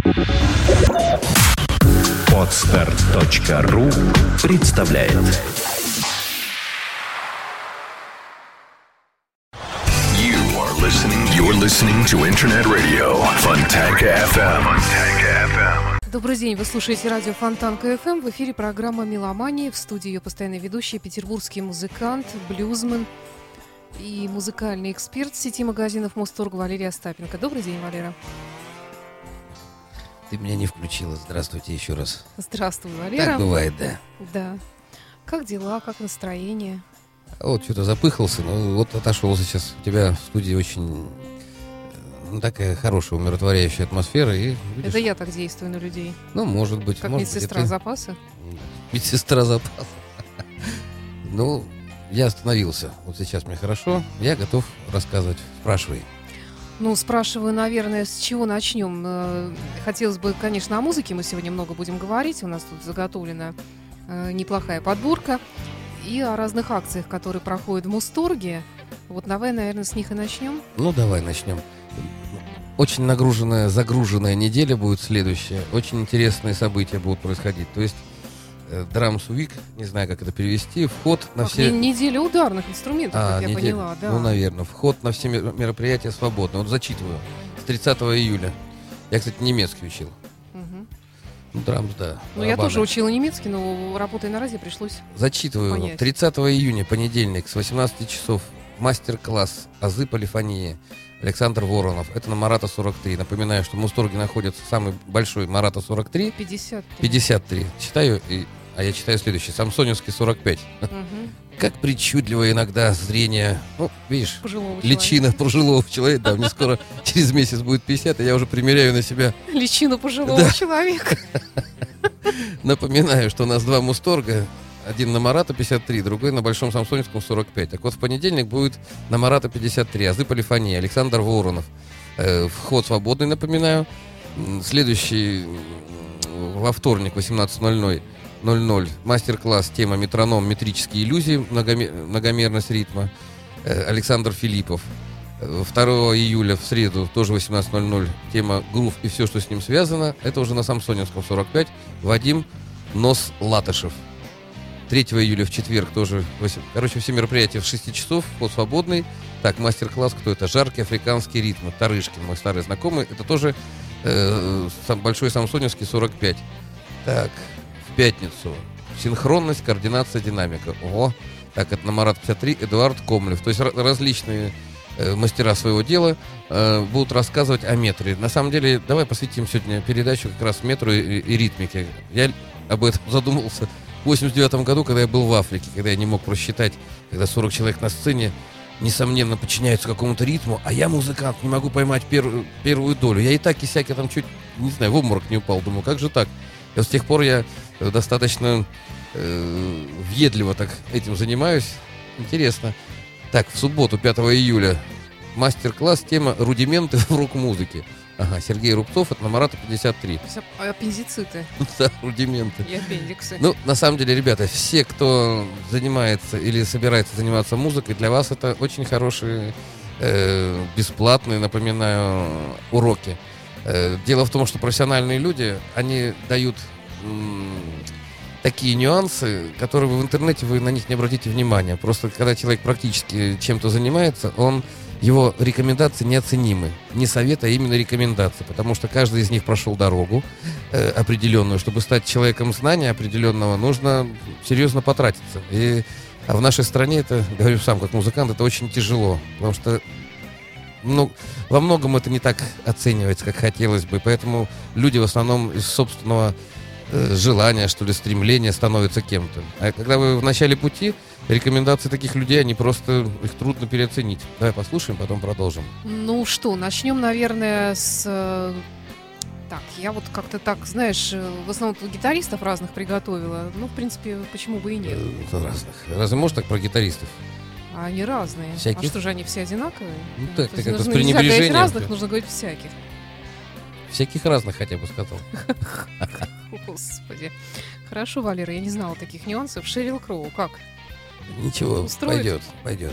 Podster.ru представляет. You're listening to Internet Radio Fontanka FM. Добрый день, вы слушаете радио Фонтанка FM. В эфире программа «Меломания». В студии ее постоянный ведущий, петербургский музыкант, блюзмен и музыкальный эксперт сети магазинов Мосторг Валерия Остапенко. Добрый день, Валера. Ты меня не включила. Здравствуйте еще раз. Здравствуй, Валера. Так бывает, да. Да. Как дела, как настроение? Вот что-то запыхался, но вот отошел сейчас. У тебя в студии очень такая хорошая, умиротворяющая атмосфера. И, видишь, это я так действую на людей. Ну, может быть. Как может, медсестра запаса? Медсестра запаса. Ну, я остановился. Вот сейчас мне хорошо. Я готов рассказывать. Спрашивай. Ну, спрашиваю, наверное, с чего начнем. Хотелось бы, конечно, о музыке мы сегодня много будем говорить. У нас тут заготовлена неплохая подборка. И о разных акциях, которые проходят в Мосторге. Вот давай, наверное, с них и начнем. Ну, давай начнем. Очень загруженная неделя будет следующая. Очень интересные события будут происходить. То есть Drums Week, не знаю, как это перевести, вход на все... Неделя ударных инструментов, как я поняла, да. Ну, наверное, вход на все мероприятия свободный. Вот зачитываю. С 30 июля. Я, кстати, немецкий учил. Ну, драмс, да. Ну, я тоже учила немецкий, но работая на радио пришлось зачитываю. понять. 30 июня, понедельник, с 18 часов, мастер-класс «Азы полифонии». Александр Воронов. Это на Марата 43. Напоминаю, что в Мосторге находится самый большой Марата 43. 53. Читаю, я читаю следующий. Самсоневский 45. Как причудливо иногда зрение, ну, видишь, личина пожилого человека. Да, мне скоро через месяц будет 50, и я уже примеряю на себя личину пожилого человека. Напоминаю, что у нас два Мосторга. Один на Марата 53, другой на Большом Самсоневском 45. Так вот, в понедельник будет на Марата 53. Азы полифонии. Александр Воронов. Вход свободный, напоминаю. Следующий во вторник, 18:00. Мастер-класс, тема метроном, метрические иллюзии, многомерность ритма. Александр Филиппов. 2 июля в среду, тоже 18:00, тема грув и все, что с ним связано. Это уже на Самсоневском 45. Вадим Нос-Латышев. 3 июля в четверг тоже. Короче, все мероприятия в 6 часов, вход свободный. Так, мастер-класс, кто это? Жаркий африканский ритм. Тарышкин, мой старый знакомый. Это тоже Большой Самсоневский 45. Так, в пятницу. Синхронность, координация, динамика. Ого. Так, это на Марат 53, Эдуард Комлев. То есть различные мастера своего дела будут рассказывать о метре. На самом деле, давай посвятим сегодня передачу как раз метру и ритмике. Я об этом задумался в 89 году, когда я был в Африке, когда я не мог просчитать, когда 40 человек на сцене, несомненно, подчиняются какому-то ритму, а я музыкант, не могу поймать первую долю. Я и так, и сяк, я там чуть, не знаю, в обморок не упал. Думаю, как же так? И вот с тех пор я достаточно въедливо так этим занимаюсь. Интересно. Так, в субботу, 5 июля, мастер-класс, тема «Рудименты в рок-музыке». Ага, Сергей Рубцов, это на Марата 53. Аппендициты. Да, рудименты. И аппендиксы. Ну, на самом деле, ребята, все, кто занимается или собирается заниматься музыкой, для вас это очень хорошие, бесплатные, напоминаю, уроки. Дело в том, что профессиональные люди, они дают такие нюансы, которые вы в интернете, вы на них не обратите внимания. Просто когда человек практически чем-то занимается, его рекомендации неоценимы. Не совет, а именно рекомендации. Потому что каждый из них прошел дорогу определенную. Чтобы стать человеком знания определенного, нужно серьезно потратиться. А в нашей стране это, говорю сам как музыкант, это очень тяжело. Потому что во многом это не так оценивается, как хотелось бы. Поэтому люди в основном из собственного желания, что ли, стремления становятся кем-то. А когда вы в начале пути, рекомендации таких людей, они просто, их трудно переоценить. Давай послушаем, потом продолжим. Ну что, начнем, наверное, с... Так, я вот как-то так, знаешь, в основном гитаристов разных приготовила. Ну, в принципе, почему бы и нет. Разных. Разве можешь так про гитаристов? А они разные. Всяких? А что же они все одинаковые? Ну так, ты как-то с пренебрежением. Нельзя говорить разных, нужно говорить всяких. Всяких разных хотя бы сказал. Господи. Хорошо, Валера, я не знала таких нюансов. Шерил Кроу, как? Ничего, устроит? Пойдет.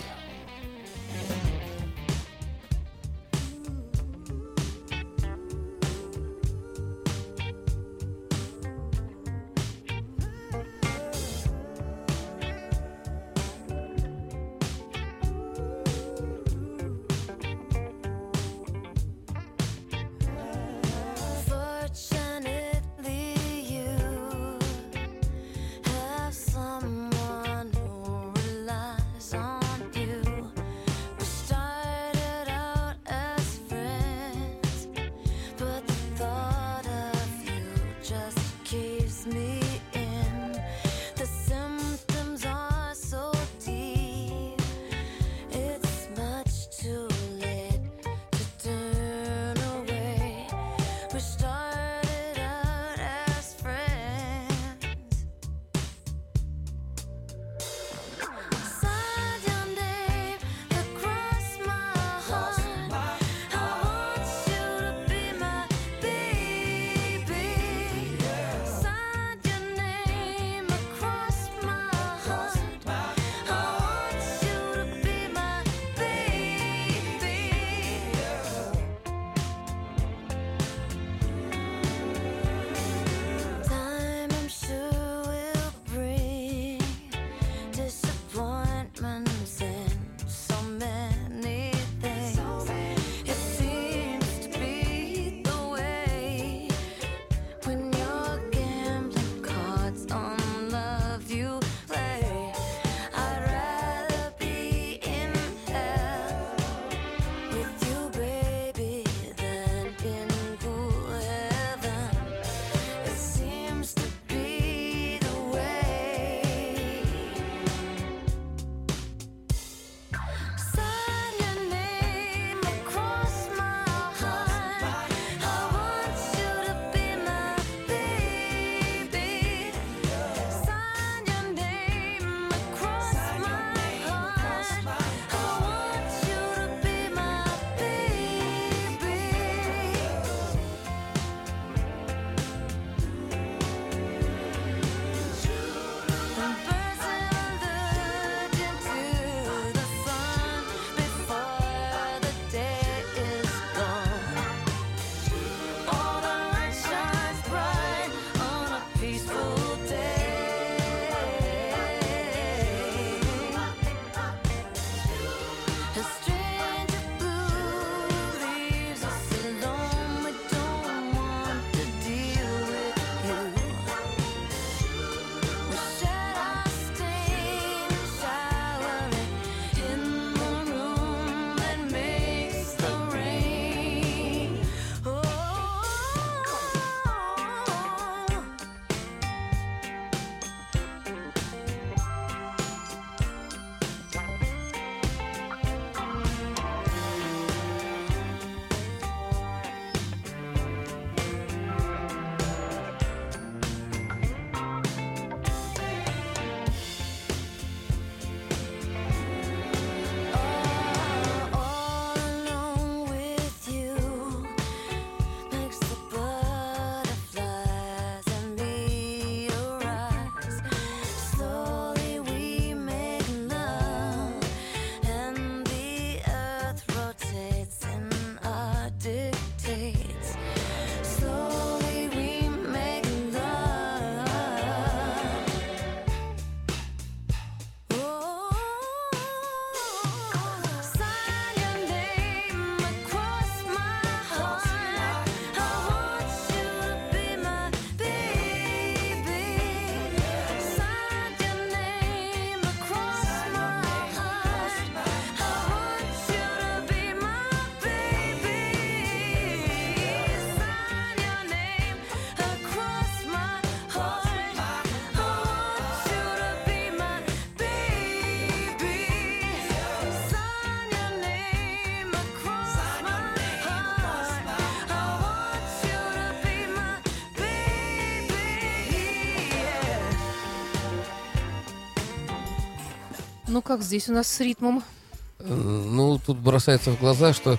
Ну как здесь у нас с ритмом? Ну, тут бросается в глаза, что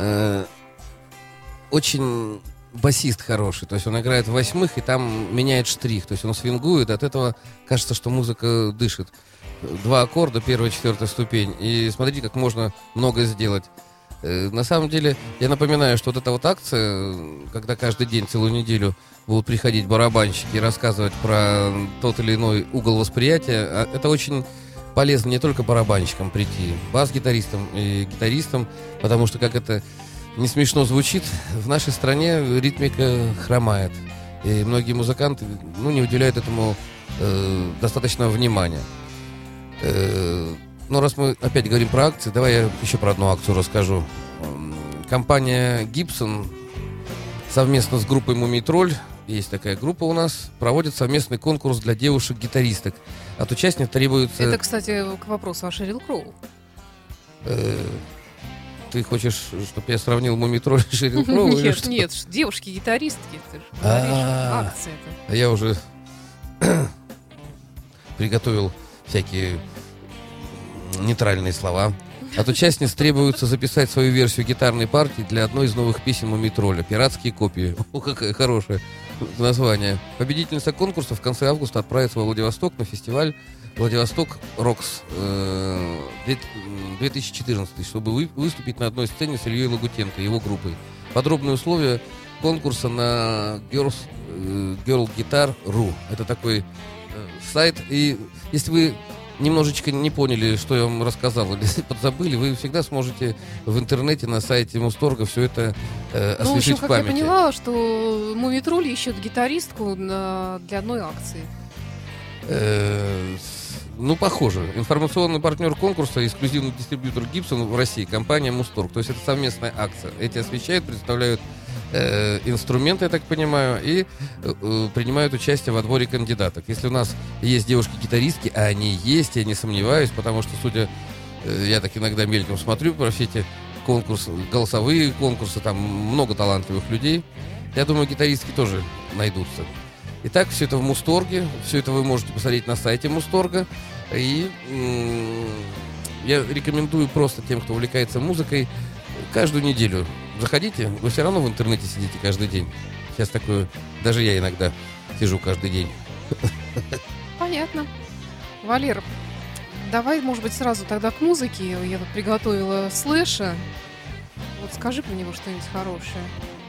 очень басист хороший. То есть он играет в восьмых и там меняет штрих. То есть он свингует, от этого кажется, что музыка дышит. 2 аккорда, 1-я, 4-я ступень. И смотрите, как можно много сделать. На самом деле, я напоминаю, что вот эта вот акция, когда каждый день, целую неделю будут приходить барабанщики и рассказывать про тот или иной угол восприятия, это очень полезно не только барабанщикам прийти, бас-гитаристам и гитаристам, потому что, как это не смешно звучит, в нашей стране ритмика хромает. И многие музыканты не уделяют этому достаточного внимания. Но раз мы опять говорим про акции, давай я еще про одну акцию расскажу. Компания Gibson совместно с группой Мумий-тролль, есть такая группа у нас, проводит совместный конкурс для девушек-гитаристок. От участниц требуется... Это, кстати, к вопросу о Шерил Кроу. Ты хочешь, чтобы я сравнил Мумий-тролль и Шерил Кроу? Нет, девушки-гитаристки, ты же говоришь, акция-то. А я уже приготовил всякие нейтральные слова. От участниц требуется записать свою версию гитарной партии для одной из новых песен Мумий-тролля. «Пиратские копии». О, какое хорошее название. Победительница конкурса в конце августа отправится во Владивосток на фестиваль «Владивосток Рокс» 2014, чтобы выступить на одной сцене с Ильей Лагутенко и его группой. Подробные условия конкурса на girlguitar.ru. Это такой сайт. И если вы немножечко не поняли, что я вам рассказал, или подзабыли, вы всегда сможете в интернете на сайте Мусторга все это освежить в памяти. Я поняла, что Мумий-тролль ищет гитаристку для одной акции. Похоже. Информационный партнер конкурса, эксклюзивный дистрибьютор Gibson в России, компания Мусторг. То есть это совместная акция. Эти освещают, представляют инструменты, я так понимаю, и принимают участие в отборе кандидаток. Если у нас есть девушки-гитаристки, а они есть, я не сомневаюсь, потому что, я так иногда мельком смотрю про все эти конкурсы, голосовые конкурсы, там много талантливых людей. Я думаю, гитаристки тоже найдутся. Итак, все это в Мусторге, все это вы можете посмотреть на сайте Мусторга. И я рекомендую просто тем, кто увлекается музыкой, каждую неделю заходите, вы все равно в интернете сидите каждый день. Сейчас такое, даже я иногда сижу каждый день. Понятно. Валер, давай, может быть, сразу тогда к музыке. Я тут приготовила Слэша. Вот скажи про него что-нибудь хорошее.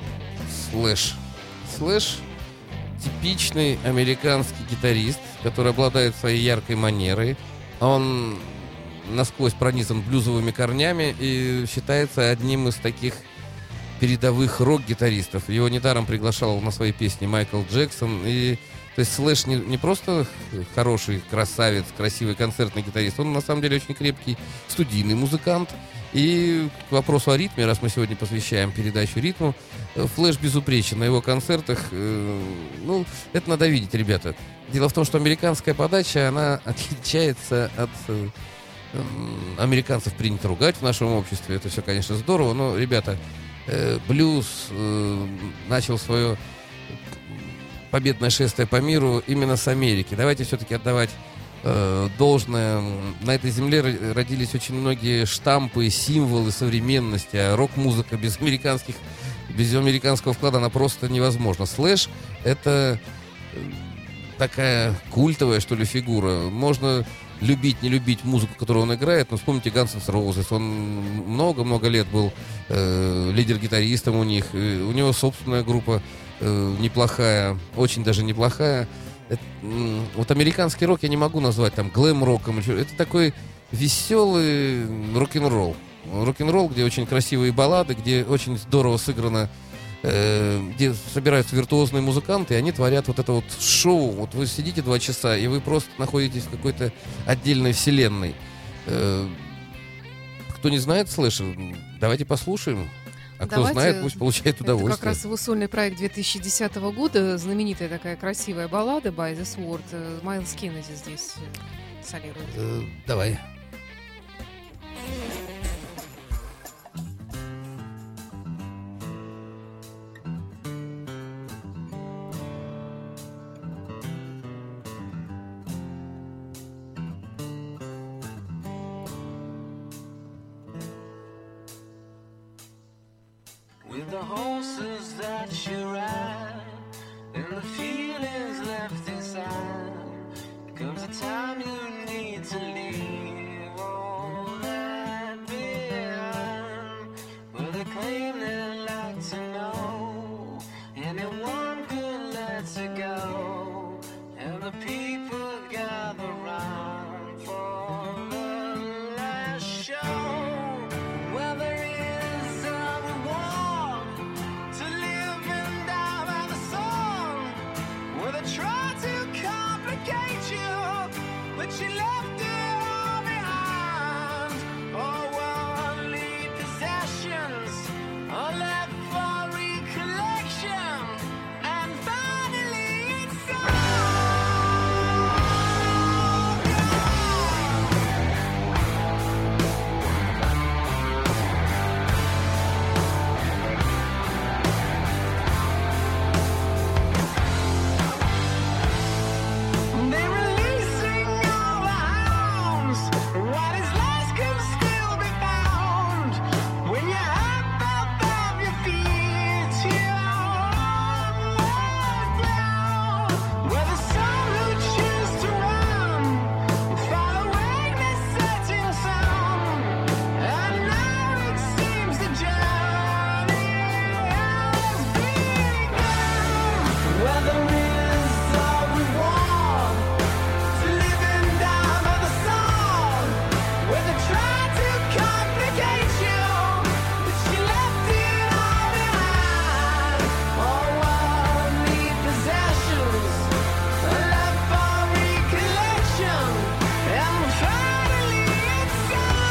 Слэш типичный американский гитарист, который обладает своей яркой манерой. Он насквозь пронизан блюзовыми корнями и считается одним из таких передовых рок-гитаристов. Его недаром приглашал на свои песни Майкл Джексон. И, то есть Слэш не просто хороший красавец, красивый концертный гитарист, он на самом деле очень крепкий студийный музыкант. И к вопросу о ритме, раз мы сегодня посвящаем передачу ритму, Флэш безупречен на его концертах. Это надо видеть, ребята. Дело в том, что американская подача, она отличается от... Американцев принято ругать в нашем обществе. Это все, конечно, здорово, но, ребята, блюз начал свое победное шествие по миру именно с Америки. Давайте все-таки отдавать должное. На этой земле родились очень многие штампы, символы современности, а рок-музыка без американского вклада она просто невозможна. Слэш — это такая культовая, что ли, фигура. Можно любить, не любить музыку, которую он играет, но вспомните Guns N' Roses. Он много-много лет был лидер-гитаристом у них. У него собственная группа неплохая, очень даже неплохая. Вот американский рок я не могу назвать там глэм-роком. Это такой веселый рок-н-ролл. Рок-н-ролл, где очень красивые баллады, где очень здорово сыграно, где собираются виртуозные музыканты, и они творят вот это вот шоу. Вот вы сидите 2 часа, и вы просто находитесь в какой-то отдельной вселенной. Кто не знает Слэша, давайте послушаем. А кто знает, пусть получает удовольствие. Это как раз его сольный проект 2010 года, знаменитая такая красивая баллада «By the Sword». Майлз Кеннеди здесь солирует. Давай. with the horses that you ride and the feelings left inside. Comes a time you need to leave all that behind. Well, they claim they'd like to know anyone could let it go, and the people gather round for the last show. Well, there is a reward to live and die by the sun. Well, they try to complicate you, but you left it all behind. Oh, worldly possessions are left for recollection, and finally it's all they're releasing all the hounds. What is lost can still be found. When your heart fell off your feet, you're on the ground. Where the some who choose to run following the setting sun, and now it seems the journey has begun. Where there is a reward to live and die by the sun, where they try to complicate you, but you left it all behind. All worldly possessions are left for recollection, and finally it's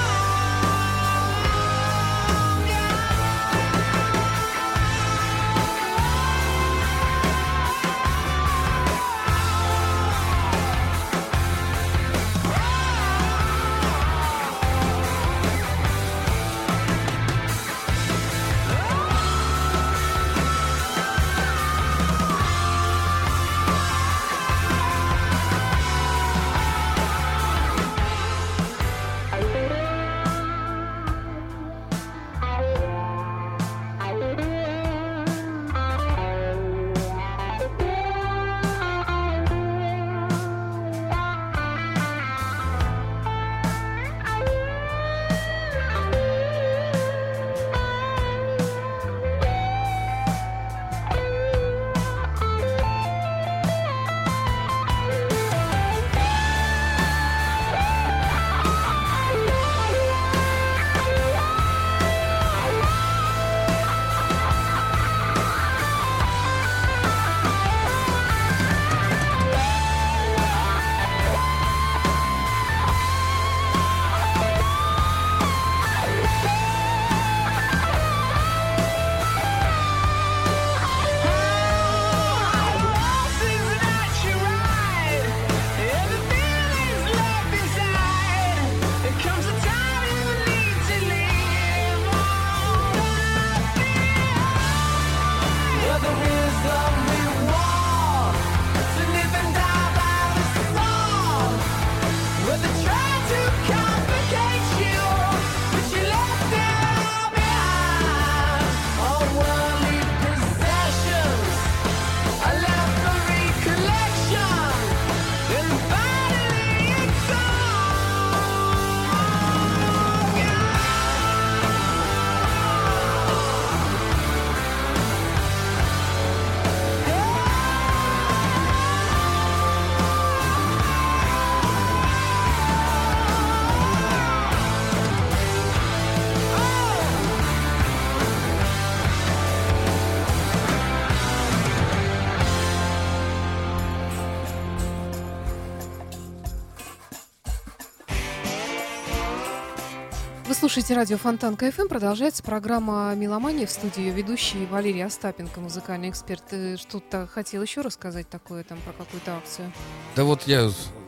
Вы слушаете радио Фонтан КФМ. Продолжается программа «Меломания». В студии ее ведущий Валерий Остапенко, музыкальный эксперт. Ты что-то хотел еще рассказать такое там про какую-то акцию? Да вот я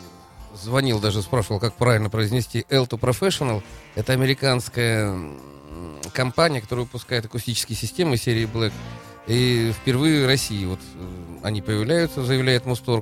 звонил, даже спрашивал, как правильно произнести L2 Professional. Это американская компания, которая выпускает акустические системы серии Black. И впервые в России вот они появляются, заявляет Мусторг.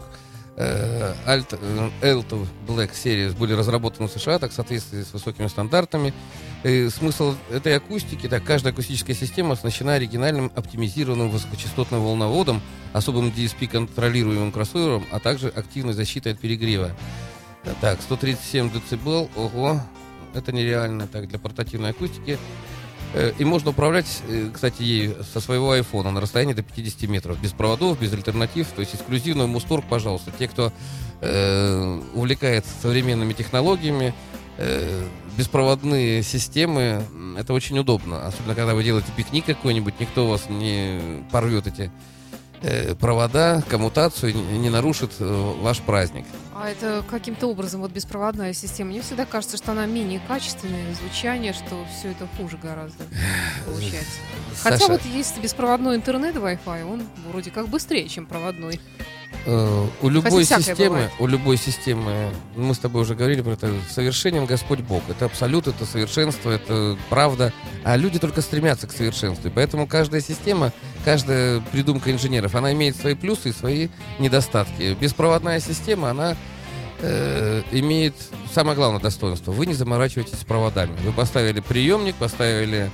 L2 Black Series были разработаны в США, так в соответствии с высокими стандартами. Смысл этой акустики, так, каждая акустическая система оснащена оригинальным оптимизированным высокочастотным волноводом, особым DSP-контролируемым кроссовером, а также активной защитой от перегрева. Так, 137 дБ, ого, это нереально, так, для портативной акустики. И можно управлять, кстати, ей со своего айфона на расстоянии до 50 метров. Без проводов, без альтернатив. То есть эксклюзивный Мусторг, пожалуйста. Те, кто увлекается современными технологиями, беспроводные системы, это очень удобно. Особенно, когда вы делаете пикник какой-нибудь, никто у вас не порвет эти провода, коммутацию, не нарушит ваш праздник. А это каким-то образом вот беспроводная система? Мне всегда кажется, что она менее качественная, звучание, что все это хуже гораздо получается. Хотя Саша, вот есть беспроводной интернет Wi-Fi, он вроде как быстрее, чем проводной. у любой всякое системы, мы с тобой уже говорили про это, совершенен Господь Бог. Это абсолют, это совершенство, это правда. А люди только стремятся к совершенству. И поэтому каждая система, каждая придумка инженеров, она имеет свои плюсы и свои недостатки. Беспроводная система, она имеет самое главное достоинство. Вы не заморачиваетесь с проводами. Вы поставили приемник, поставили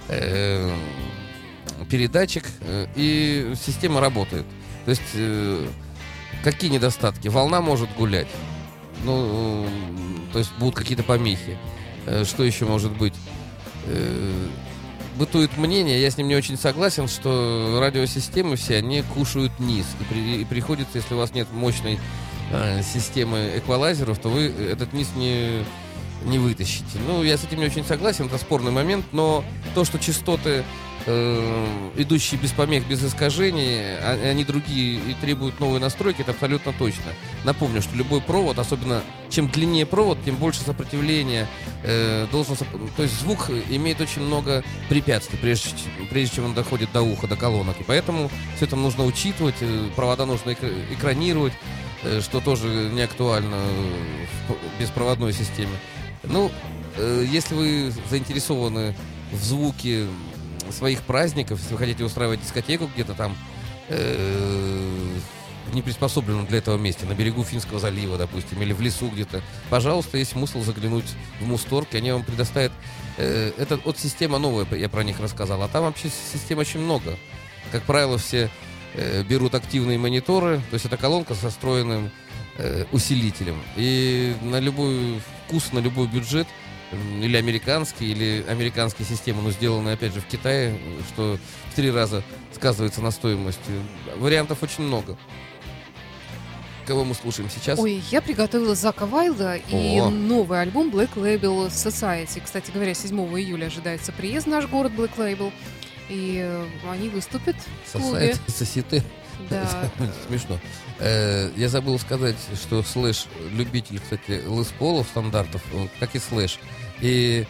передатчик, и система работает. То есть какие недостатки? Волна может гулять. Ну, то есть будут какие-то помехи. Что еще может быть? Бытует мнение, я с ним не очень согласен, что радиосистемы все, они кушают низ. И приходится, если у вас нет мощной системы эквалайзеров, то вы этот низ не вытащите. Ну, я с этим не очень согласен, это спорный момент, но то, что частоты, идущие без помех, без искажений, они другие и требуют новой настройки, это абсолютно точно. Напомню, что любой провод, особенно чем длиннее провод, тем больше сопротивления должен... То есть звук имеет очень много препятствий, прежде чем он доходит до уха, до колонок. И поэтому все это нужно учитывать, провода нужно экранировать, что тоже не актуально в беспроводной системе. Ну, если вы заинтересованы в звуке своих праздников, если вы хотите устраивать дискотеку где-то там в неприспособленном для этого месте, на берегу Финского залива, допустим, или в лесу где-то, пожалуйста, есть смысл заглянуть в Мусторг, и они вам предоставят... Это вот система новая, я про них рассказал, а там вообще систем очень много. Как правило, все берут активные мониторы, то есть это колонка со встроенным усилителем. И на любой вкус, на любой бюджет, или американские системы, но сделанные, опять же, в Китае, что в 3 раза сказывается на стоимости. Вариантов очень много. Кого мы слушаем сейчас? Ой, я приготовила Зака Вайлда и новый альбом Black Label Society. Кстати говоря, 7 июля ожидается приезд в наш город Black Label. И они выступят в клубе. Society. Да. Смешно. Я забыл сказать, что Слэш любитель, кстати, лес-полов стандартов, как и Слэш. И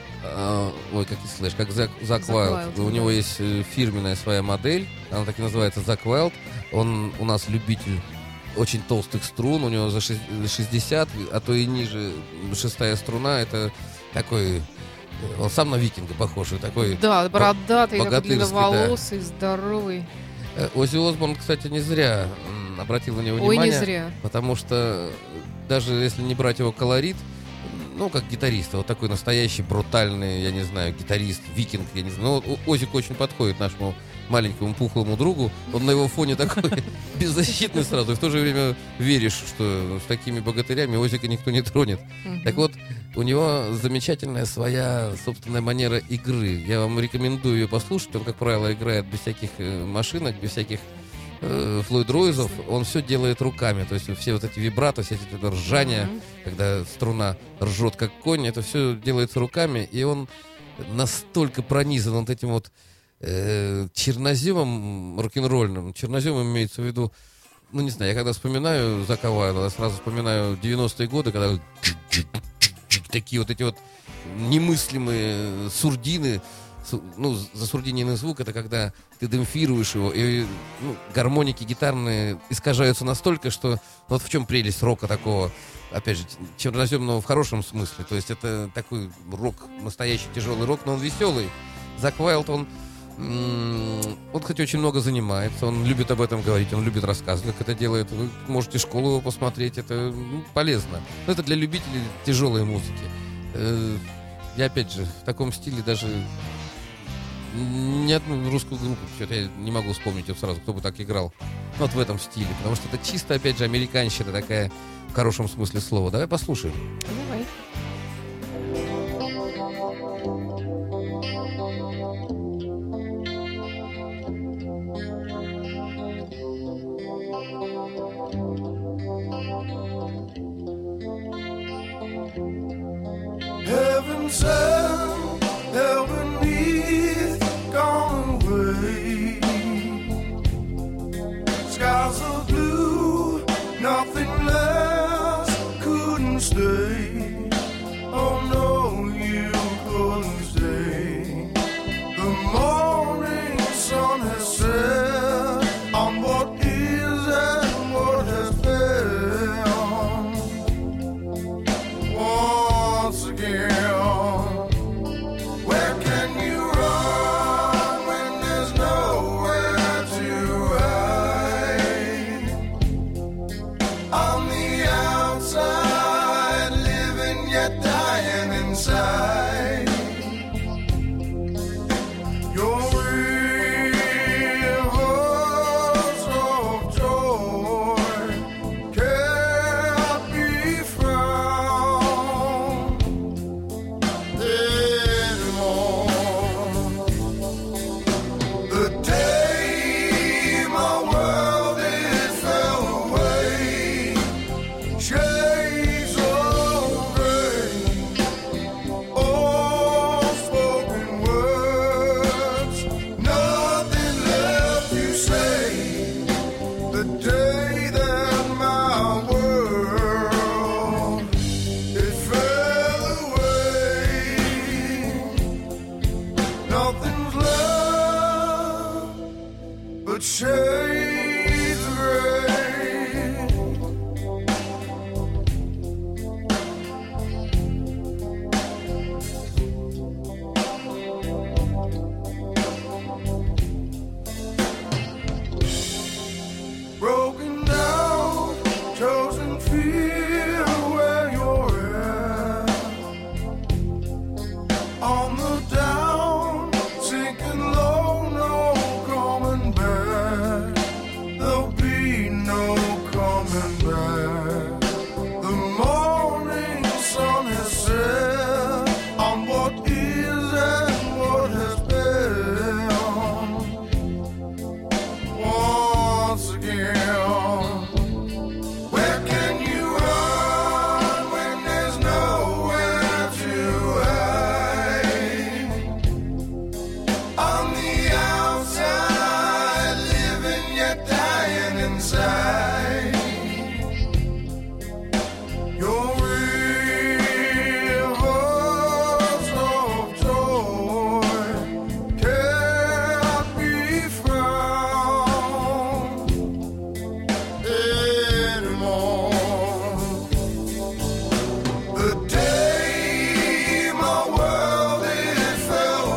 как и Слэш, как Зак Уайлд. У него есть фирменная своя модель, она так и называется Зак Уайлд. Он у нас любитель очень толстых струн, у него за 60, а то и ниже 6-я струна, это такой... Он сам на викинга похож, такой... Да, бородатый, такой да. длинноволосый, здоровый. Оззи Осборн, кстати, не зря обратил на него внимание. Ой, не зря. Потому что даже если не брать его колорит, ну, как гитариста, вот такой настоящий, брутальный, я не знаю, гитарист, викинг, я не знаю. Ну, Озик очень подходит нашему маленькому пухлому другу. Он на его фоне такой беззащитный сразу. И в то же время веришь, что с такими богатырями Озика никто не тронет. Так вот, у него замечательная своя собственная манера игры. Я вам рекомендую ее послушать. Он, как правило, играет без всяких машинок, без всяких флойд-ройзов. Он все делает руками. То есть все вот эти вибрато, все эти ржания, когда струна ржет как конь, это все делается руками. И он настолько пронизан вот этим вот черноземом рок-н-ролльным. Черноземом имеется в виду, ну не знаю, я когда вспоминаю Зака Уайлда, я сразу вспоминаю 90-е годы, когда такие вот эти вот немыслимые сурдины. Ну, засурдиненный звук — это когда ты демпфируешь его, и гармоники гитарные искажаются настолько, что вот в чем прелесть рока такого, опять же, черноземного в хорошем смысле. То есть это такой рок, настоящий тяжелый рок, но он веселый. Зак Уайлд, он, кстати, очень много занимается, он любит об этом говорить, он любит рассказывать, как это делает. Вы можете школу его посмотреть, это полезно. Но это для любителей тяжелой музыки. Я, опять же, в таком стиле даже ни одну русскую группу, что-то я не могу вспомнить вот сразу, кто бы так играл. Вот в этом стиле. Потому что это чисто, опять же, американщина такая, в хорошем смысле слова. Давай послушаем. Давай. Heaven sent, hell beneath, gone away. Skies are blue, nothing less couldn't stay. Oh no, you couldn't stay. The morning sun has set on what is and what has been. Once again, where can you run when there's nowhere to hide? On the outside, living yet dying inside. Your rivers of joy can't be found anymore. The day my world it fell away, shades of gray, all spoken words, nothing left to say. The day that my world it fell away, nothing's left but shades of gray. Broken down, chosen field where you're at. On the down, sinking low, no coming back. There'll be no coming back. The morning sun has set on what is and what has been. Once again, where can you run when there's nowhere to hide? On the outside, living yet dying inside. Your rivers of joy can't be found anymore. The day my world it fell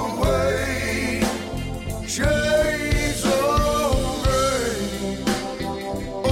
away, shades of gray,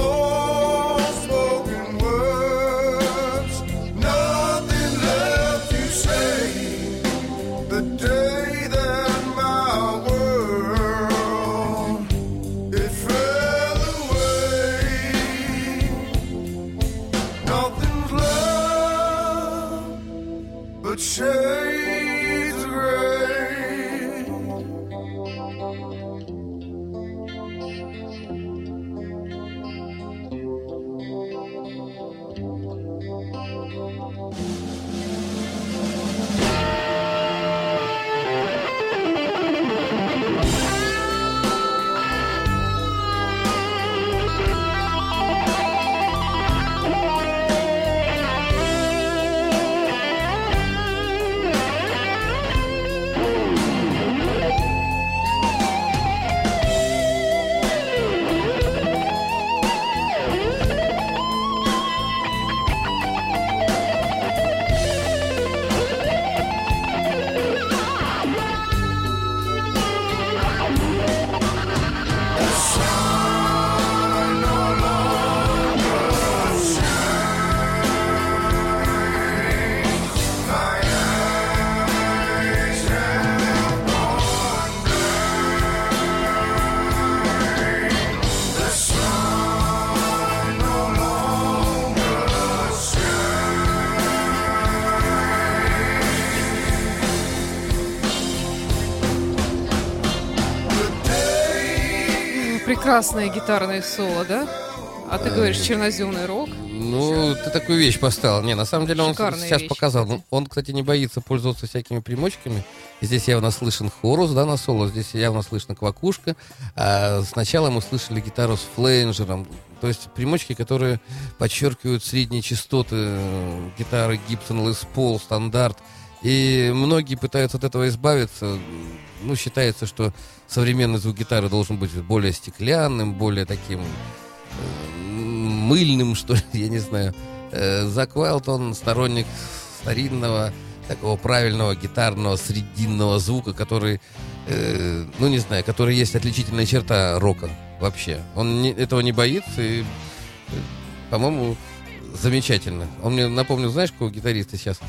Прекрасное гитарное соло, да? А ты говоришь черноземный рок. Ну, ты такую вещь поставил. Не, на самом деле он Шикарная сейчас вещь, показал. кстати. Он, кстати, не боится пользоваться всякими примочками. Здесь явно слышен хорус, да, на соло. Здесь явно слышно квакушка. А сначала мы слышали гитару с фленджером. То есть примочки, которые подчеркивают средние частоты гитары Gibson Les Paul, стандарт. И многие пытаются от этого избавиться. Ну, считается, что современный звук гитары должен быть более стеклянным, более таким мыльным, что ли, я не знаю. Зак Уайлд, он сторонник старинного, такого правильного гитарного срединного звука, который, ну, не знаю, который есть отличительная черта рока вообще. Он этого не боится и, по-моему, замечательно. Он мне напомнил, знаешь, какого гитариста сейчас?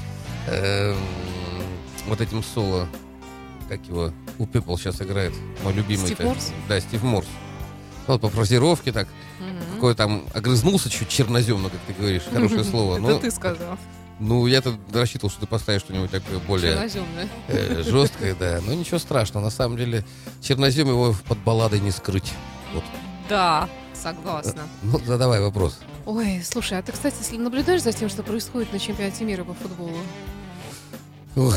Вот этим соло, как его, у People сейчас играет, мой любимый. Стив Морс? Да, Стив Морс. Вот по фразировке так, какой там огрызнулся чуть черноземно, как ты говоришь, хорошее слово. Это ты сказал. Ну, я-то рассчитывал, что ты поставишь что-нибудь такое более Черноземное. жесткое, да. Но ничего страшного, на самом деле чернозем его под балладой не скрыть. Вот. Да, согласна. Ну, задавай вопрос. Ой, слушай, а ты, кстати, если наблюдаешь за тем, что происходит на чемпионате мира по футболу? Ух,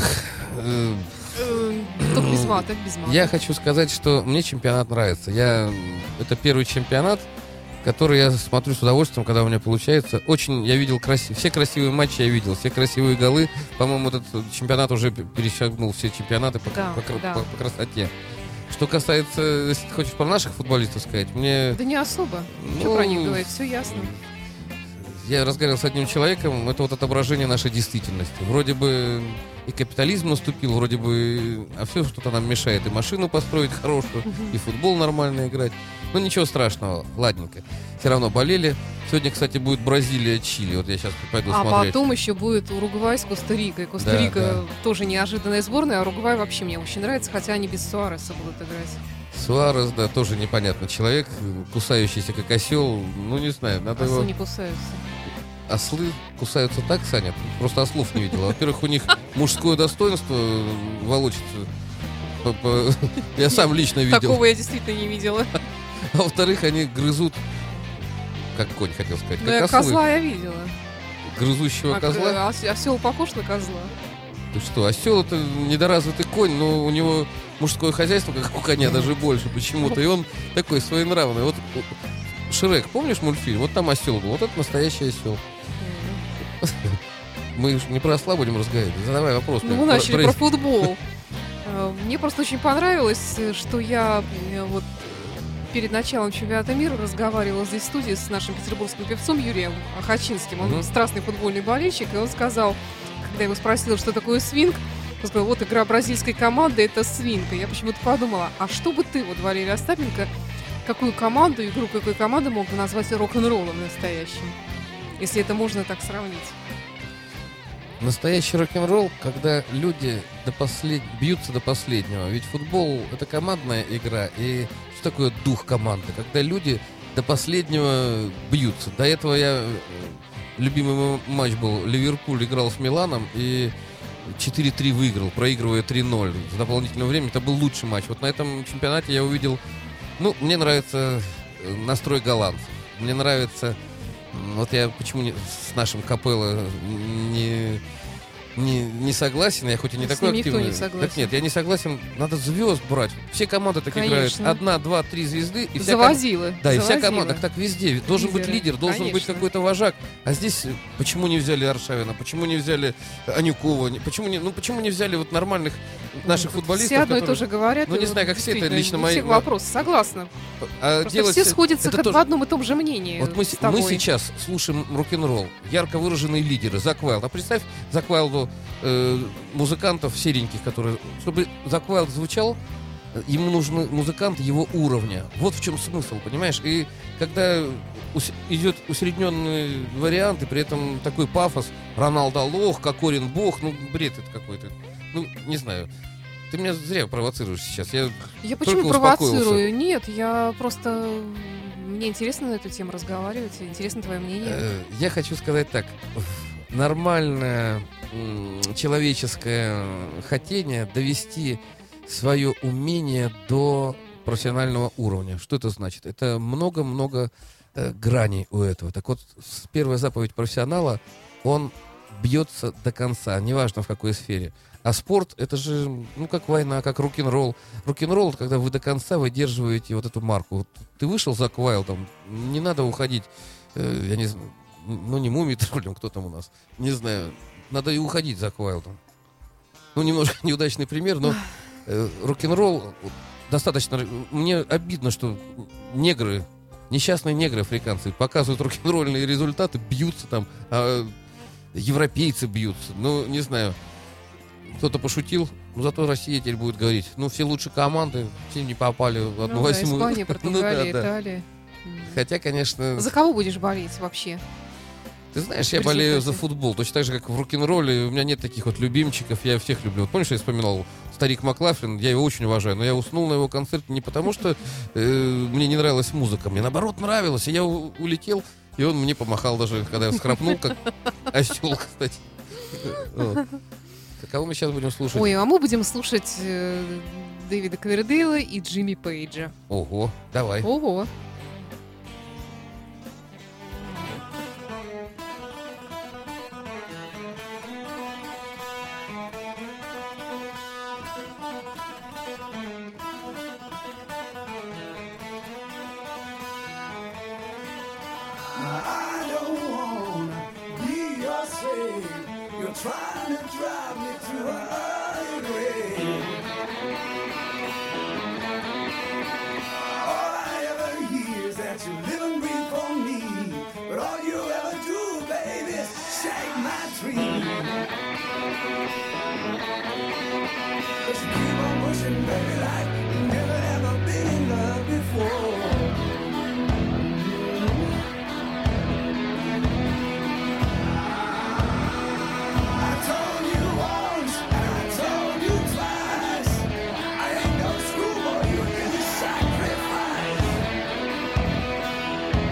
Только без мата, без мата. я хочу сказать, что мне чемпионат нравится. Это первый чемпионат, который я смотрю с удовольствием, когда у меня получается. Очень я видел все красивые матчи, я видел все красивые голы. По-моему, этот чемпионат уже перешагнул все чемпионаты по красоте. Что касается, если ты хочешь про наших футболистов сказать, мне... Да не особо. Ну, Что про них говорить, все ясно. Я разговаривал с одним человеком, это вот отображение нашей действительности. Вроде бы и капитализм наступил, вроде бы, а все что-то нам мешает. И машину построить хорошую, и футбол нормально играть. Ну, ничего страшного, ладненько. Все равно болели. Сегодня, кстати, будет Бразилия, Чили. Вот я сейчас пойду А смотреть. потом еще будет Уругвай с Коста-Рикой. Коста-Рика Да. тоже неожиданная сборная, а Уругвай вообще мне очень нравится, хотя они без Суареса будут играть. Суарес, да, тоже непонятно. Человек, кусающийся как осел. Ну, не знаю, надо Ослы его... не кусаются. Ослы кусаются так, Саня? Просто ослов не видел. Во-первых, у них мужское достоинство волочится. Я сам лично видел. Такого я действительно не видела. А во-вторых, они грызут, как конь, хотел сказать, Но как я ослы. козла я видела. Грызущего козла. Осел похож на козла. Ты что, осел это недоразвитый конь, но у него мужское хозяйство, как у коня, даже больше почему-то. И он такой своенравный. Вот Шрек, помнишь мультфильм? Вот там осел был, вот это настоящий осел. Мы же не про осла будем разговаривать. Задавай вопрос. Ну, мы начали про футбол. Мне просто очень понравилось, что я вот перед началом чемпионата мира разговаривала здесь в студии с нашим петербургским певцом Юрием Ахачинским. Он страстный футбольный болельщик, и он сказал, когда я его спросила, что такое свинг, он сказал, вот игра бразильской команды, это свинг. И я почему-то подумала, а что бы ты, вот, Валерий Остапенко, какую команду, игру какой команды мог бы назвать рок-н-роллом настоящим, если это можно так сравнить? Настоящий рок-н-ролл, когда люди бьются до последнего. Ведь футбол — это командная игра. И что такое дух команды? Когда люди до последнего бьются. До этого любимый мой матч был. Ливерпуль играл с Миланом и 4-3 выиграл, проигрывая 3-0. За дополнительное время это был лучший матч. Вот на этом чемпионате я увидел... Ну, мне нравится настрой голландцев. Мне нравится... Вот я почему с нашим Капелло не согласен, я хоть и не С такой ним никто активный. не согласен. Так нет, я не согласен, надо звезд брать. Все команды так играют. Конечно. 1, 2, 3 звезды. И Завозилы. Да, и вся Завозилы. команда так везде. Должен быть Лидеры. лидер, должен быть Конечно. какой-то вожак. А здесь почему не взяли Аршавина, почему не взяли Анюкова, почему не взяли вот нормальных наших футболистов? Все одно и которые- то же говорят. Ну, не и знаю, как все, это действительно, лично у мои- всех вопросы, согласна. А Просто делать все сходятся это как тоже- в одном и том же мнении. Вот мы с тобой. сейчас слушаем рок-н-ролл, ярко выраженные лидеры, Зак Уайлд. А представь Зак Уайлду музыкантов сереньких, которые... Чтобы Зак Уайлд звучал, ему нужны музыканты его уровня. Вот в чем смысл, понимаешь? И когда идет усредненный вариант, и при этом такой пафос, Роналдо лох, Кокорин бог, ну, бред это какой-то. Ну, не знаю. Ты меня зря провоцируешь сейчас. Я почему только провоцирую? успокоился. Нет, я просто... Мне интересно на эту тему разговаривать, интересно твое мнение. Я хочу сказать так. Нормальное человеческое хотение довести свое умение до профессионального уровня. Что это значит? Это много-много граней у этого. Так вот, первая заповедь профессионала, он бьется до конца, неважно в какой сфере. А спорт, это же, ну, как война, как рок-н-ролл. Рок-н-ролл, это когда вы до конца выдерживаете вот эту марку. Вот ты вышел за Квайлдом, не надо уходить, я не знаю, ну, не Мумий-троллем, кто там у нас, не знаю, надо и уходить за Квайлдом. Ну, немножко неудачный пример, но рок-н-ролл достаточно... Мне обидно, что негры, несчастные негры африканцы показывают рок-н-ролльные результаты, бьются там, а европейцы бьются. Ну, не знаю, кто-то пошутил, но зато Россия теперь будет говорить, ну, все лучшие команды, все не попали в 1/8. Ну, да, Испания, Португалия, Ну, да, да. Италия. Хотя, конечно... За кого будешь болеть вообще? Ты знаешь, я В болею результате. за футбол, точно так же, как в рок-н-ролле. У меня нет таких вот любимчиков, я всех люблю. Вот помнишь, я вспоминал старик Маклафлин, я его очень уважаю, но я уснул на его концерте не потому, что мне не нравилась музыка, мне наоборот нравилось, и я улетел, и он мне помахал даже, когда я всхрапнул, как осел, кстати. Вот. Кого мы сейчас будем слушать? Ой, а мы будем слушать Дэвида Ковердейла и Джимми Пейджа. Ого, давай. Ого. I don't wanna be your slave. You're trying to drive me to an early grave. All I ever hear is that you live and breathe for me. But all you ever do, baby, is shake my dream. But you keep on pushing, baby, like you've never ever been in love before. I told you once, and I told you twice. I ain't no schoolboy, you can sacrifice.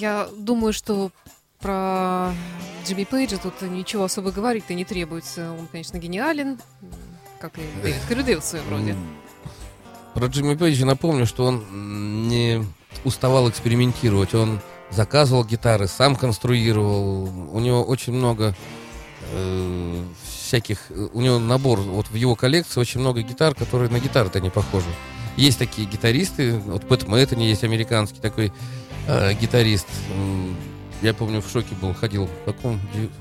Я думаю, что про Джимми Пейджа тут ничего особо говорить-то не требуется. Он, конечно, гениален, как и Дэвид Корридейл в своем роде. Про Джимми Пейджа напомню, что он не уставал экспериментировать. Он заказывал гитары, сам конструировал. У него очень много всяких... У него набор, вот в его коллекции очень много гитар, которые на гитары-то не похожи. Есть такие гитаристы, вот Пэт Мэттани есть американский такой гитарист. Я помню, в шоке был, ходил в каком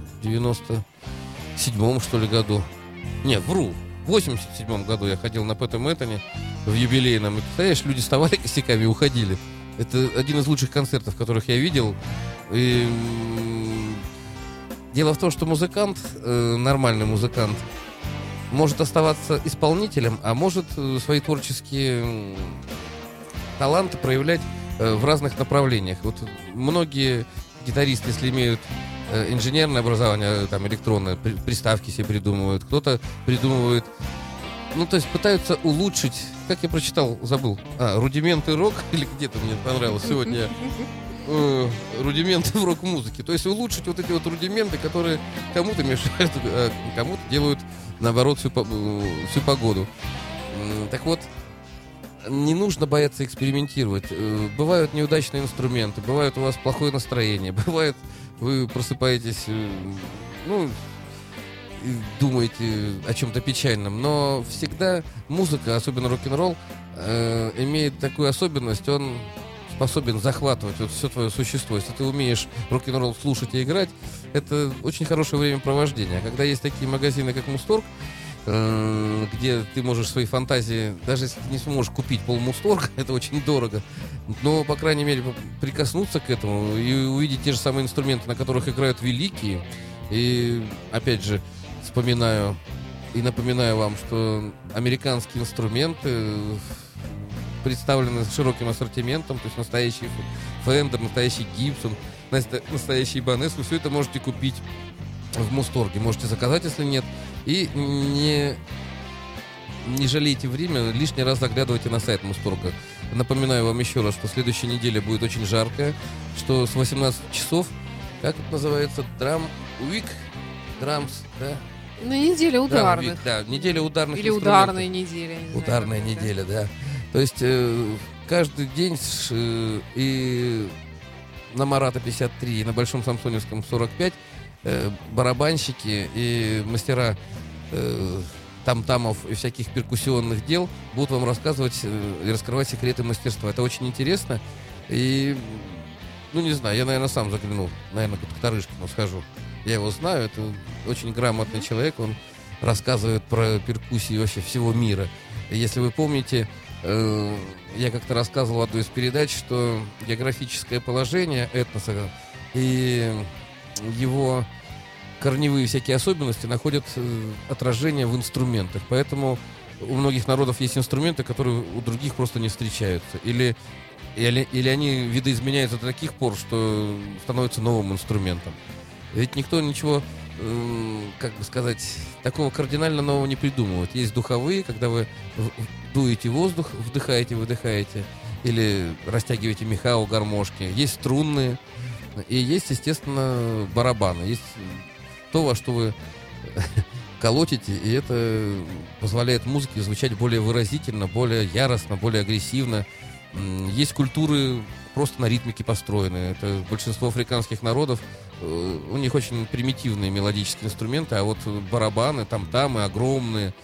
97-м, что ли, году. Не, вру. В 87-м году я ходил на Пэта Мэттани в юбилейном. И, представляешь, люди вставали косяками и уходили. Это один из лучших концертов, которых я видел. И дело в том, что музыкант, нормальный музыкант, может оставаться исполнителем, а может свои творческие таланты проявлять в разных направлениях. Вот многие гитаристы, если имеют инженерное образование, там, электронное, приставки себе придумывают, кто-то придумывает, ну, то есть пытаются улучшить, как я прочитал, забыл, рудименты рок, или где-то мне понравилось сегодня, рудименты в рок-музыке, то есть улучшить вот эти вот рудименты, которые кому-то мешают, а кому-то делают, наоборот, всю погоду. Так вот, не нужно бояться экспериментировать. Бывают неудачные инструменты, бывает у вас плохое настроение, бывает вы просыпаетесь, ну, и думаете о чем-то печальном, но всегда музыка, особенно рок-н-ролл, имеет такую особенность, он способен захватывать вот все твое существо. Если ты умеешь рок-н-ролл слушать и играть, это очень хорошее времяпровождение. А когда есть такие магазины, как Мусторг, где ты можешь свои фантазии, даже если ты не сможешь купить полмусторга, это очень дорого, но, по крайней мере, прикоснуться к этому и увидеть те же самые инструменты, на которых играют великие. И, опять же, вспоминаю и напоминаю вам, что американские инструменты представлены широким ассортиментом, то есть настоящий Fender, настоящий Gibson, настоящий Ibanez, вы все это можете купить в Мусторге, можете заказать, если нет. И не жалейте время, лишний раз заглядывайте на сайт Мусторга. Напоминаю вам еще раз, что следующая неделя будет очень жаркая, что с 18 часов, как это называется, Drum Week, Drums, да? Ну, неделя ударных. Week, да, неделя ударных или инструментов. ударная неделя. Ударная неделя, да. То есть каждый день и на Марата 53, и на Большом Самсоневском 45 барабанщики и мастера там-тамов и всяких перкуссионных дел будут вам рассказывать и раскрывать секреты мастерства. Это очень интересно. И, ну, не знаю, я, наверное, сам загляну. Наверное, к Тарышкину схожу. Я его знаю, это очень грамотный человек. Он рассказывает про перкуссии вообще всего мира. И если вы помните, я как-то рассказывал в одной из передач, что географическое положение этноса и его корневые всякие особенности находят отражение в инструментах. Поэтому у многих народов есть инструменты, которые у других просто не встречаются. Или они видоизменяются до таких пор, что становятся новым инструментом. Ведь никто ничего, как бы сказать, такого кардинально нового не придумывает. Есть духовые, когда вы дуете воздух, вдыхаете, выдыхаете, или растягиваете меха у гармошки. Есть струнные, и есть, естественно, барабаны. Есть то, во что вы колотите, и это позволяет музыке звучать более выразительно, более яростно, более агрессивно. Есть культуры просто на ритмике построены. Это большинство африканских народов, у них очень примитивные мелодические инструменты, а вот барабаны, там-тамы огромные.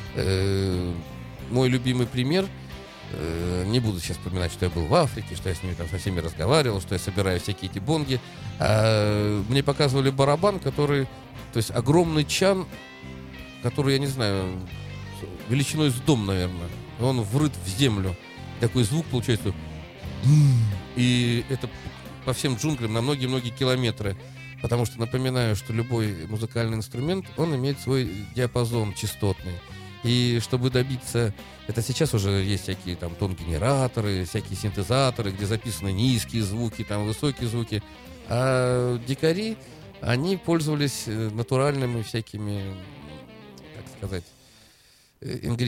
Мой любимый пример, не буду сейчас вспоминать, что я был в Африке, что я с ними там со всеми разговаривал, что я собираю всякие эти бонги. Мне показывали барабан, который, то есть огромный чан, который, я не знаю, величиной с дом, наверное. Он врыт в землю. Такой звук получается. И это по всем джунглям на многие-многие километры. Потому что напоминаю, что любой музыкальный инструмент, он имеет свой диапазон частотный. И чтобы добиться... Это сейчас уже есть всякие там тон-генераторы, всякие синтезаторы, где записаны низкие звуки, там высокие звуки. А дикари, они пользовались натуральными всякими, как сказать,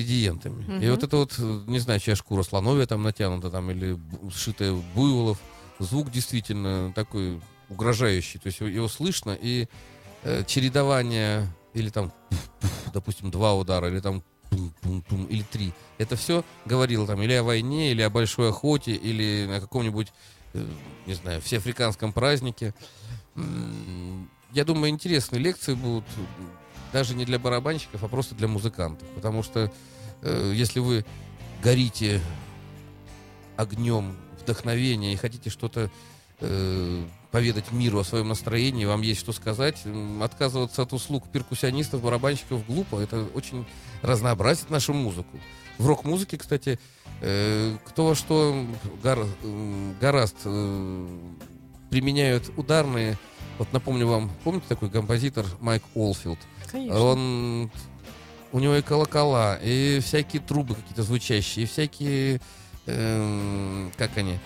ингредиентами. И вот это вот, не знаю, чья шкура слоновья там натянута, там, или сшитая буйволов, звук действительно такой угрожающий, то есть его слышно, и чередование, или там, допустим, 2 удара, или там пум-пум-пум, или 3, это все говорило там или о войне, или о большой охоте, или на каком-нибудь, не знаю, всеафриканском празднике. Я думаю, интересные лекции будут даже не для барабанщиков, а просто для музыкантов, потому что если вы горите огнем вдохновения и хотите что-то поведать миру о своем настроении, вам есть что сказать, отказываться от услуг перкуссионистов, барабанщиков глупо. Это очень разнообразит нашу музыку. В рок-музыке, кстати, кто во что гораст применяют ударные. Вот напомню вам, помните такой композитор Майк Олфилд? Конечно. У него и колокола, и всякие трубы какие-то звучащие, и всякие, как они,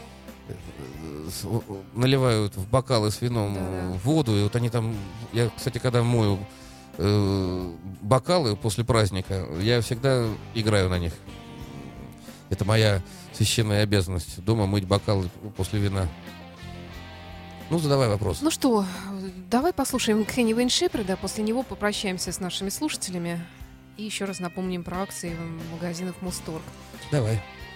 наливают в бокалы с вином воду, и вот они там, я, кстати, когда мою бокалы после праздника, я всегда играю на них. Это моя священная обязанность, дома мыть бокалы после вина. Ну, задавай вопрос. Ну что, давай послушаем Кенни Вейн Шеперда, после него попрощаемся с нашими слушателями и еще раз напомним про акции в магазинах Мусторг. Давай.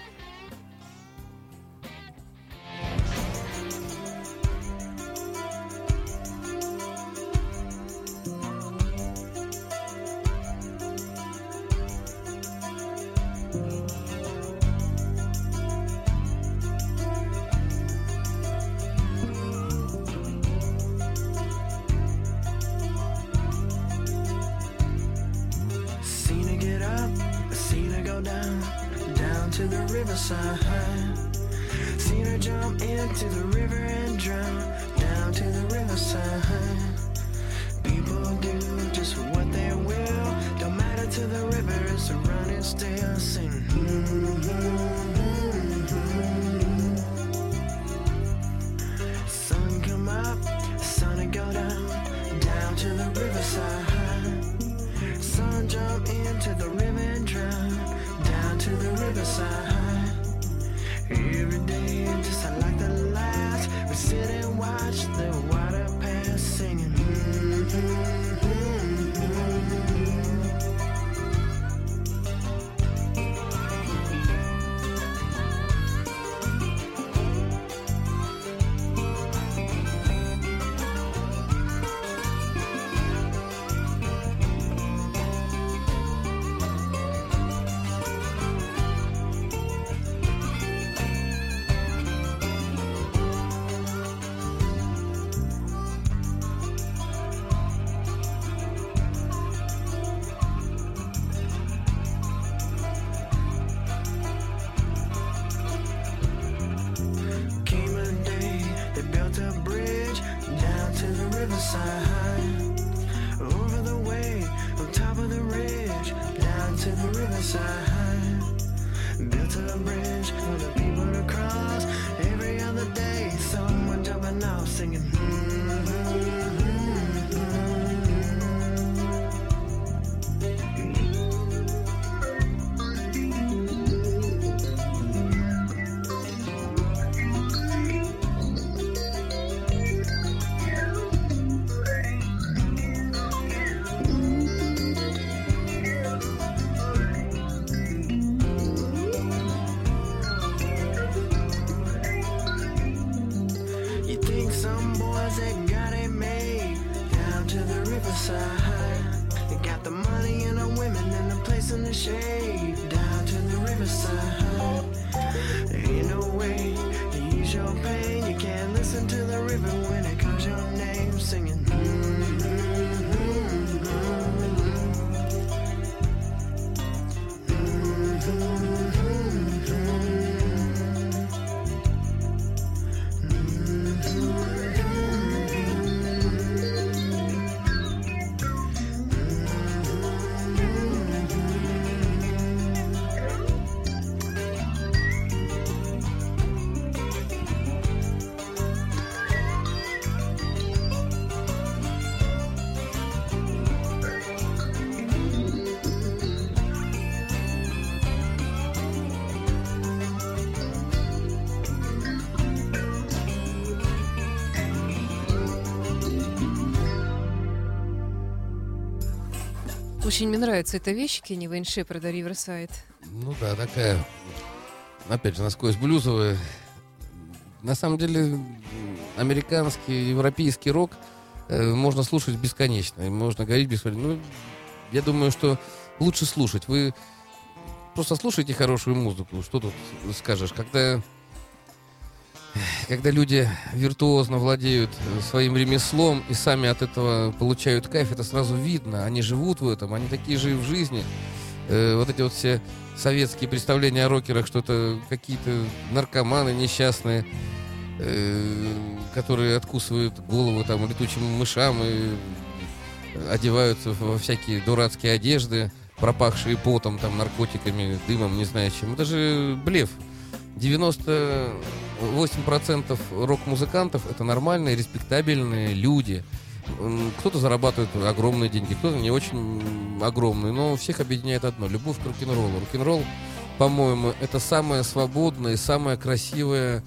Seen her get up, seen her go down, down to the riverside. Seen her jump into the river and drown, down to the riverside. People do just what they will, don't matter to the river, it's running still, sing. Sun come up, sun and go down, down to the riverside. Sun jump into the river and drown, down to the riverside. Every day, just like the last, we sit and watch the water pass, singing. Came a day, they built a bridge down to the riverside. Over the way, on top of the ridge, down to the riverside. Built a bridge for the people to cross. Every other day, someone jumping off singing. You think some boys that got it made down to the riverside? They got the money and the women and the place in the shade down to the riverside. There ain't no way to ease your pain. You can't listen to the river when it calls your name, singing. Очень мне нравится эта вещь Кенни Вейн Шепарда «Риверсайд». Ну да, такая, опять же, насквозь блюзовая. На самом деле, американский, европейский рок можно слушать бесконечно. И можно говорить бесконечно. Ну, я думаю, что лучше слушать. Вы просто слушайте хорошую музыку. Что тут скажешь? Когда люди виртуозно владеют своим ремеслом и сами от этого получают кайф, это сразу видно. Они живут в этом, они такие же и в жизни. Вот эти вот все советские представления о рокерах, что это какие-то наркоманы несчастные, которые откусывают голову там летучим мышам и одеваются во всякие дурацкие одежды, пропахшие потом, там, наркотиками, дымом, не знаю чем. Это же блеф. 98% рок-музыкантов — это нормальные, респектабельные люди. Кто-то зарабатывает огромные деньги, кто-то не очень огромные, но всех объединяет одно — любовь к рок-н-роллу. Рок-н-ролл, по-моему, это самое свободное и самое красивое,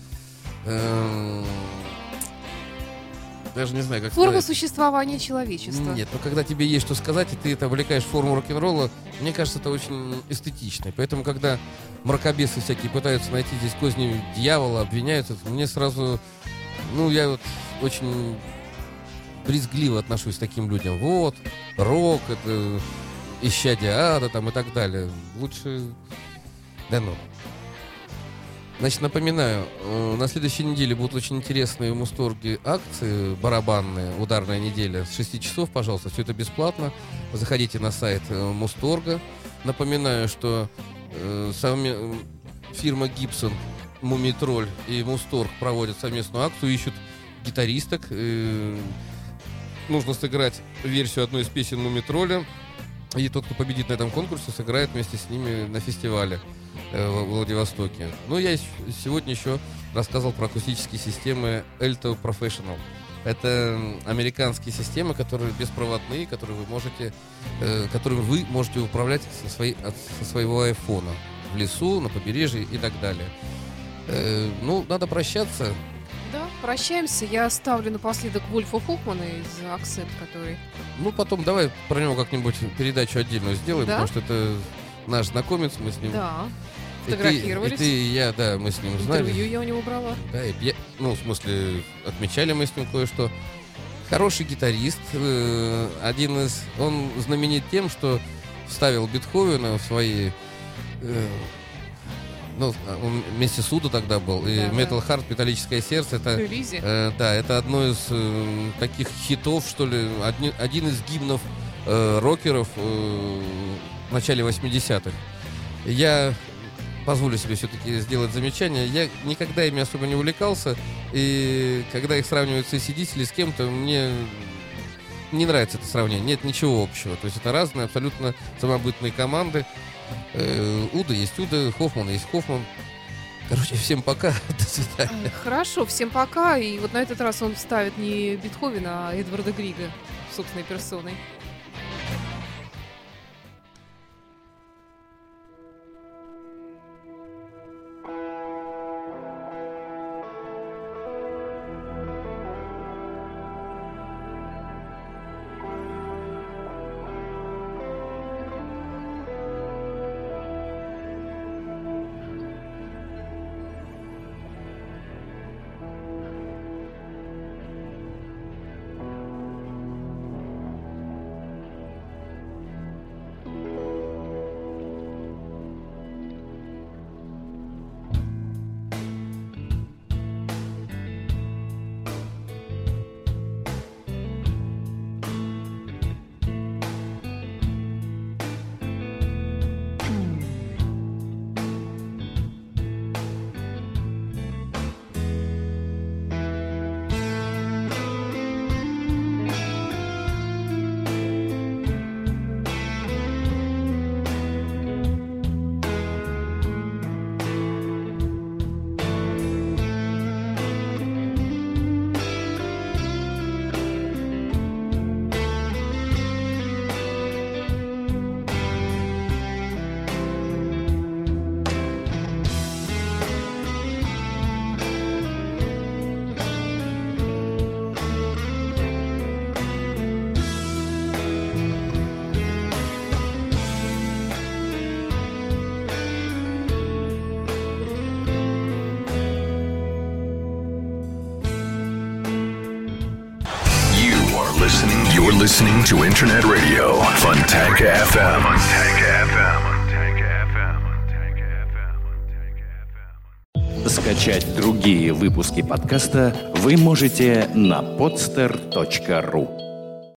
даже не знаю, как Форма сказать. существования человечества. Нет, но когда тебе есть что сказать, и ты это облекаешь в форму рок-н-ролла, мне кажется, это очень эстетично. И поэтому, когда мракобесы всякие пытаются найти здесь козни дьявола, обвиняются, мне сразу... Ну, я вот очень брезгливо отношусь к таким людям. Вот, рок, это исчадие ада, там, и так далее. Лучше... Да ну. Значит, напоминаю, на следующей неделе будут очень интересные в Мусторге акции барабанные, ударная неделя, с 6 часов, пожалуйста, все это бесплатно. Заходите на сайт Мусторга. Напоминаю, что фирма Gibson, Мумитроль и Мусторг проводят совместную акцию, ищут гитаристок. Нужно сыграть версию одной из песен Мумитроля. И тот, кто победит на этом конкурсе, сыграет вместе с ними на фестивале в Владивостоке. Ну, я сегодня еще рассказывал про акустические системы Alto Professional. Это американские системы, которые беспроводные, которыми вы можете управлять со своего айфона в лесу, на побережье и так далее. Ну, надо прощаться. Да, прощаемся. Я оставлю напоследок Вольфа Хохмана из «Акцент», который... Ну, потом давай про него как-нибудь передачу отдельную сделаем, Да? потому что это наш знакомец, мы с ним... Да, И фотографировались. ты, и я, да, мы с ним знали. Интервью я у него брала. Да, ну, в смысле, отмечали мы с ним кое-что. Хороший гитарист. Он знаменит тем, что вставил Бетховена в свои... он вместе с Удо тогда был. И Да, Metal Heart, «Металлическое сердце», это... Релизе. Да, это одно из таких хитов, что ли, один из гимнов рокеров в начале 80-х. Я позволю себе все-таки сделать замечание. Я никогда ими особо не увлекался, и когда их сравнивают с AC/DC или с кем-то, мне не нравится это сравнение. Нет ничего общего. То есть это разные, абсолютно самобытные команды. Удо есть Удо, Хоффман есть Хоффман. Короче, всем пока, до свидания. Хорошо, всем пока. И вот на этот раз он вставит не Бетховена, а Эдварда Грига собственной персоной. You're listening to Internet Radio, Fontanka FM. Скачать другие выпуски подкаста вы можете на podster.ru.